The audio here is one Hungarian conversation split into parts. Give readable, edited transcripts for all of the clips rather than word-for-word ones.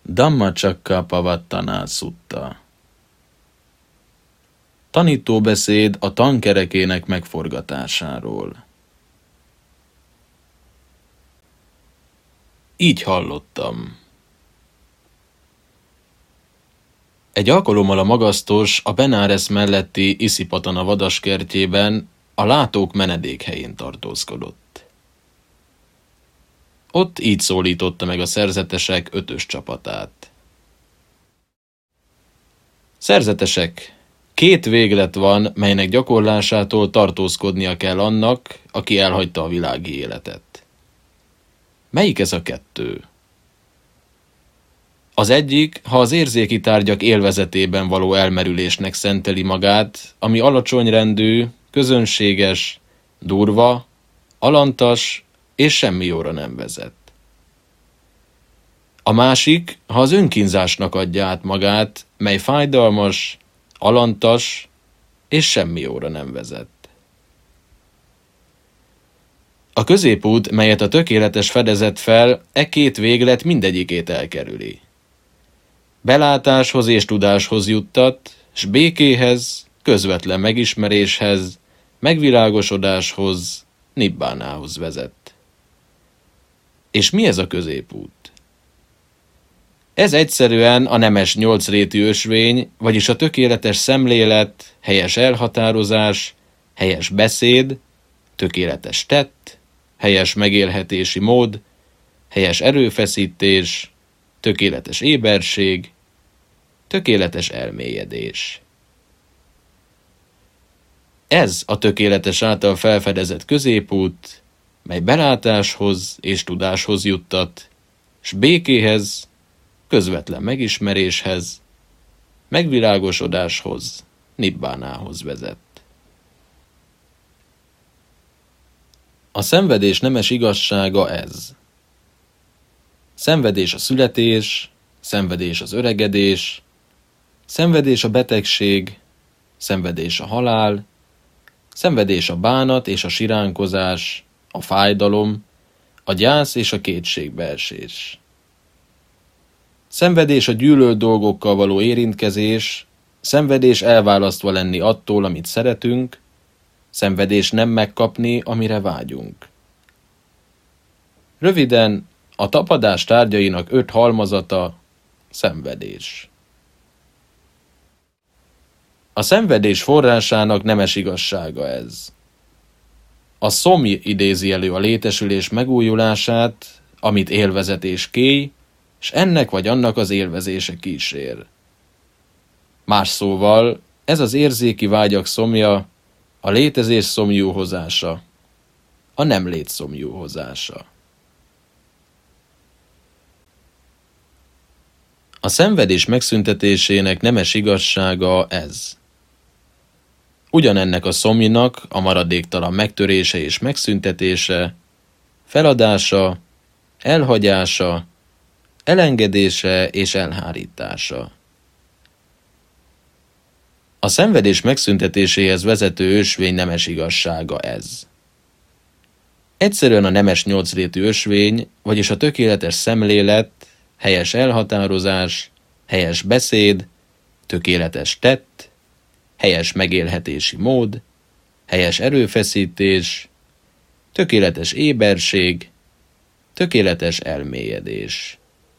Dhammacakkappavattana szutta. Tanítóbeszéd a tankerekének megforgatásáról. Így hallottam. Egy alkalommal a magasztos a Benáres melletti Isipatana vadaskertjében a látók menedékhelyén tartózkodott. Ott így szólította meg a szerzetesek 5-ös csapatát. Szerzetesek, 2 véglet van, melynek gyakorlásától tartózkodnia kell annak, aki elhagyta a világi életet. Melyik ez a 2? Az egyik, ha az érzéki tárgyak élvezetében való elmerülésnek szenteli magát, ami alacsonyrendű, közönséges, durva, alantas és semmi jóra nem vezet. A másik, ha az önkínzásnak adja át magát, mely fájdalmas, alantas és semmi jóra nem vezet. A középút, melyet a tökéletes fedezett fel, 2 véglet mindegyikét elkerüli. Belátáshoz és tudáshoz juttat, s békéhez, közvetlen megismeréshez, megvilágosodáshoz, nibbánához vezet. És mi ez a középút? Ez egyszerűen a nemes 8 rétű ösvény, vagyis a tökéletes szemlélet, helyes elhatározás, helyes beszéd, tökéletes tett, helyes megélhetési mód, helyes erőfeszítés, tökéletes éberség, tökéletes elmélyedés. Ez a tökéletes által felfedezett középút, mely belátáshoz és tudáshoz juttat, s békéhez, közvetlen megismeréshez, megvilágosodáshoz, nibbánához vezet. A szenvedés nemes igazsága ez. Szenvedés a születés, szenvedés az öregedés, szenvedés a betegség, szenvedés a halál, szenvedés a bánat és a siránkozás, a fájdalom, a gyász és a kétségbeesés. Szenvedés a gyűlölt dolgokkal való érintkezés, szenvedés elválasztva lenni attól, amit szeretünk, szenvedés nem megkapni, amire vágyunk. Röviden, a tapadás tárgyainak 5 halmazata szenvedés. A szenvedés forrásának nemes igazsága ez. A szomj idézi elő a létesülés megújulását, amit élvezetés kéj, s ennek vagy annak az élvezése kísér. Más szóval, ez az érzéki vágyak szomja, a létezés szomjúhozása, a nem lét szomjúhozása. A szenvedés megszüntetésének nemes igazsága ez. Ugyanennek a szomjnak a maradéktalan megtörése és megszüntetése, feladása, elhagyása, elengedése és elhárítása. A szenvedés megszüntetéséhez vezető ösvény nemes igazsága ez. Egyszerűen a nemes 8 rétű ösvény, vagyis a tökéletes szemlélet, helyes elhatározás, helyes beszéd, tökéletes tett, helyes megélhetési mód, helyes erőfeszítés, tökéletes éberség, tökéletes elmélyedés.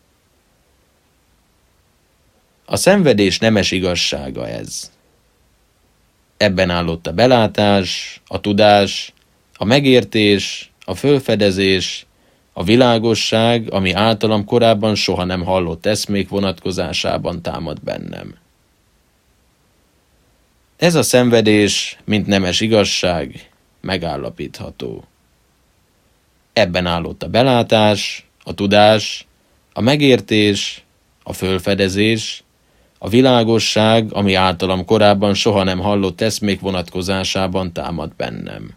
A szenvedés nemes igazsága ez. Ebben állott a belátás, a tudás, a megértés, a fölfedezés, a világosság, ami általam korábban soha nem hallott eszmék vonatkozásában támad bennem. Ez a szenvedés, mint nemes igazság, megállapítható. Ebben állott a belátás, a tudás, a megértés, a fölfedezés, a világosság, ami általam korábban soha nem hallott eszmék vonatkozásában támad bennem.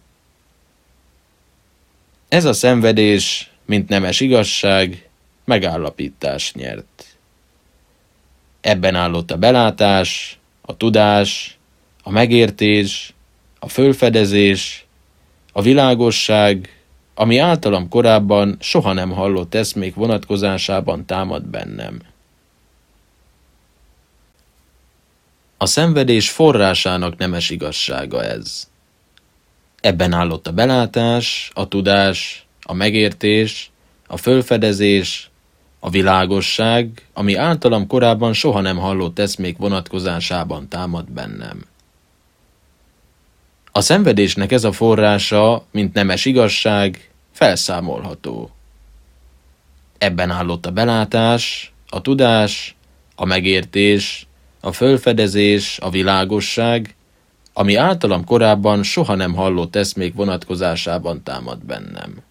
Ez a szenvedés, mint nemes igazság, megállapítást nyert. Ebben állott a belátás, a tudás, a megértés, a fölfedezés, a világosság, ami általam korábban soha nem hallott eszmék vonatkozásában támad bennem. A szenvedés forrásának nemes igazsága ez. Ebben állott a belátás, a tudás, a megértés, a fölfedezés, a világosság, ami általam korábban soha nem hallott eszmék vonatkozásában támad bennem. A szenvedésnek ez a forrása, mint nemes igazság, felszámolható. Ebben állott a belátás, a tudás, a megértés, a fölfedezés, a világosság, ami általam korábban soha nem hallott eszmék vonatkozásában támad bennem.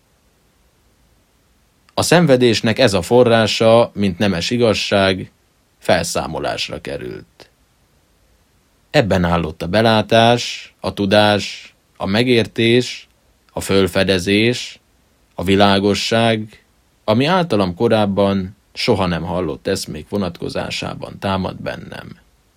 A szenvedésnek ez a forrása, mint nemes igazság, felszámolásra került. Ebben állott a belátás, a tudás, a megértés, a fölfedezés, a világosság, ami általam korábban soha nem hallott eszmék vonatkozásában támad bennem.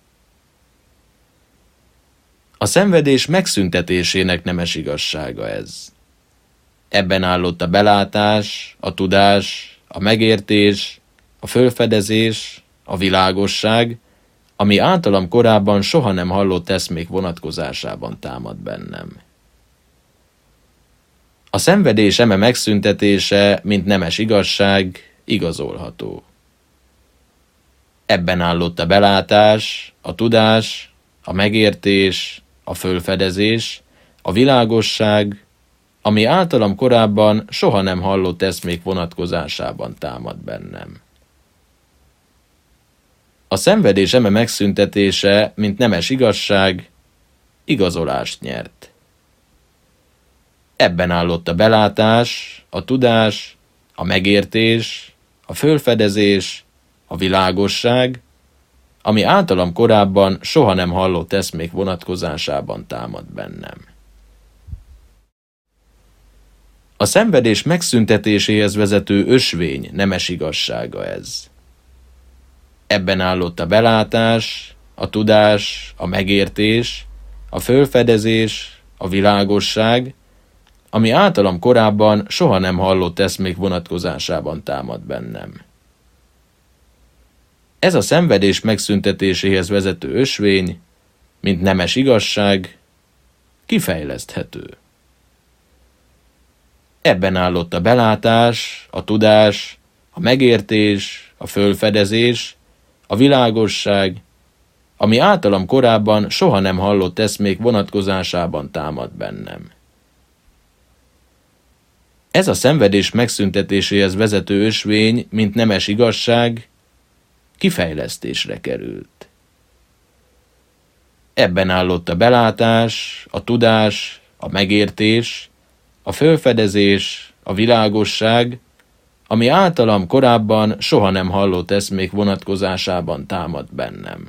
A szenvedés megszüntetésének nemes igazsága ez. Ebben állott a belátás, a tudás, a megértés, a fölfedezés, a világosság, ami általam korábban soha nem hallott eszmék vonatkozásában támad bennem. A szenvedés eme megszüntetése, mint nemes igazság, igazolható. Ebben állott a belátás, a tudás, a megértés, a fölfedezés, a világosság, ami általam korábban soha nem hallott eszmék vonatkozásában támad bennem. A szenvedés eme megszüntetése, mint nemes igazság, igazolást nyert. Ebben állott a belátás, a tudás, a megértés, a fölfedezés, a világosság, ami általam korábban soha nem hallott eszmék vonatkozásában támad bennem. A szenvedés megszüntetéséhez vezető ösvény nemes igazsága ez. Ebben állott a belátás, a tudás, a megértés, a fölfedezés, a világosság, ami általam korábban soha nem hallott eszmék vonatkozásában támad bennem. Ez a szenvedés megszüntetéséhez vezető ösvény, mint nemes igazság, kifejleszthető. Ebben állott a belátás, a tudás, a megértés, a fölfedezés, a világosság, ami általam korábban soha nem hallott eszmék vonatkozásában támad bennem. Ez a szenvedés megszüntetéséhez vezető ösvény, mint nemes igazság, kifejlesztésre került. Ebben állott a belátás, a tudás, a megértés, a fölfedezés, a világosság, ami általam korábban soha nem hallott eszmék vonatkozásában támad bennem.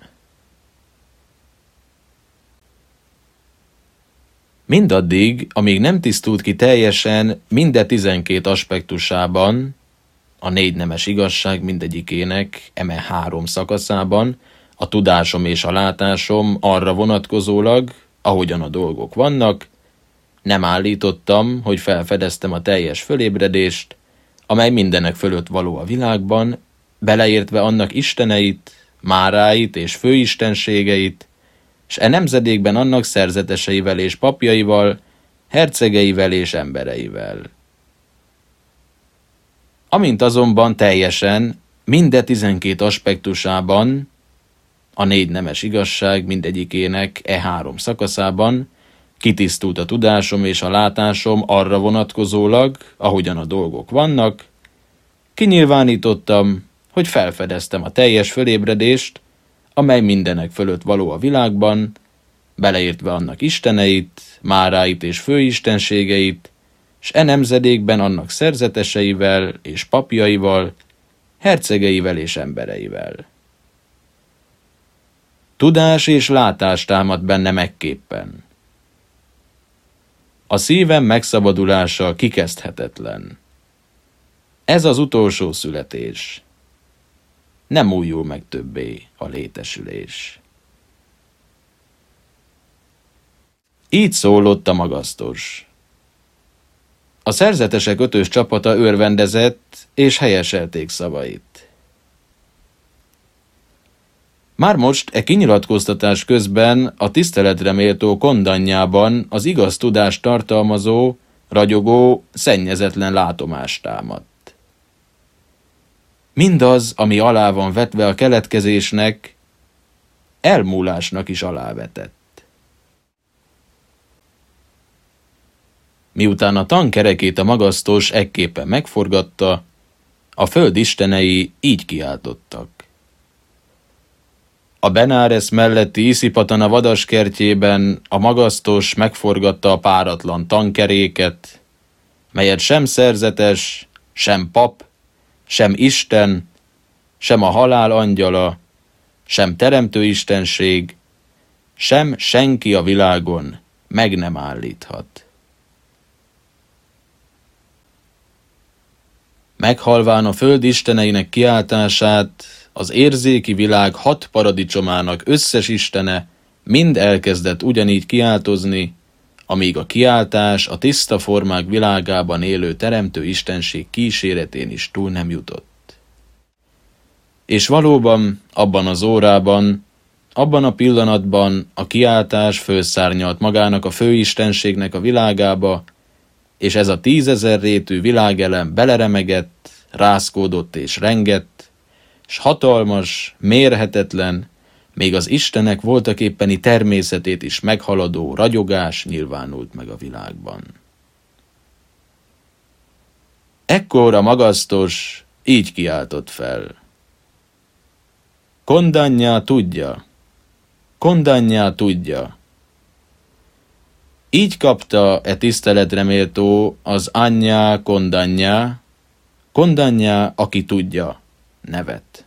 Mindaddig, amíg nem tisztult ki teljesen minden 12 aspektusában, a 4 nemes igazság mindegyikének eme 3 szakaszában, a tudásom és a látásom arra vonatkozólag, ahogyan a dolgok vannak, nem állítottam, hogy felfedeztem a teljes fölébredést, amely mindenek fölött való a világban, beleértve annak isteneit, máráit és főistenségeit, s e nemzedékben annak szerzeteseivel és papjaival, hercegeivel és embereivel. Amint azonban teljesen, minden 12 aspektusában, a 4 nemes igazság mindegyikének e 3 szakaszában, kitisztult a tudásom és a látásom arra vonatkozólag, ahogyan a dolgok vannak, kinyilvánítottam, hogy felfedeztem a teljes fölébredést, amely mindenek fölött való a világban, beleértve annak isteneit, máráit és főistenségeit, s e nemzedékben annak szerzeteseivel és papjaival, hercegeivel és embereivel. Tudás és látás támad benne megképpen. A szívem megszabadulása kikezdhetetlen. Ez az utolsó születés. Nem újul meg többé a létesülés. Így szólott a magasztos. A szerzetesek 5-ös csapata örvendezett, és helyeselték szavait. Már most kinyilatkoztatás közben a tiszteletre méltó Kondanyában az igaz tudást tartalmazó, ragyogó, szennyezetlen látomást támadt. Mindaz, ami alá van vetve a keletkezésnek, elmúlásnak is alávetett. Miután a tankerekét a magasztos ekképpen megforgatta, a föld istenei így kiáltottak. A Benares melletti Iszipatana vadaskertjében a magasztos megforgatta a páratlan tankeréket, melyet sem szerzetes, sem pap, sem Isten, sem a halál angyala, sem teremtő istenség, sem senki a világon meg nem állíthat. Meghalván a föld isteneinek kiáltását, az érzéki világ 6 paradicsomának összes istene mind elkezdett ugyanígy kiáltozni, amíg a kiáltás a tiszta formák világában élő teremtő istenség kíséretén is túl nem jutott. És valóban abban az órában, abban a pillanatban a kiáltás fölszárnyalt magának a főistenségnek a világába, és ez a 10 000 rétű világelem beleremegett, rázkódott és rengett, s hatalmas, mérhetetlen, még az istenek voltaképpeni természetét is meghaladó ragyogás nyilvánult meg a világban. Ekkor a magasztos így kiáltott fel. Kondanyá tudja! Kondanyá tudja! Így kapta tiszteletre méltó az Anyá Kondanyá, Kondanyá, aki tudja, nevet.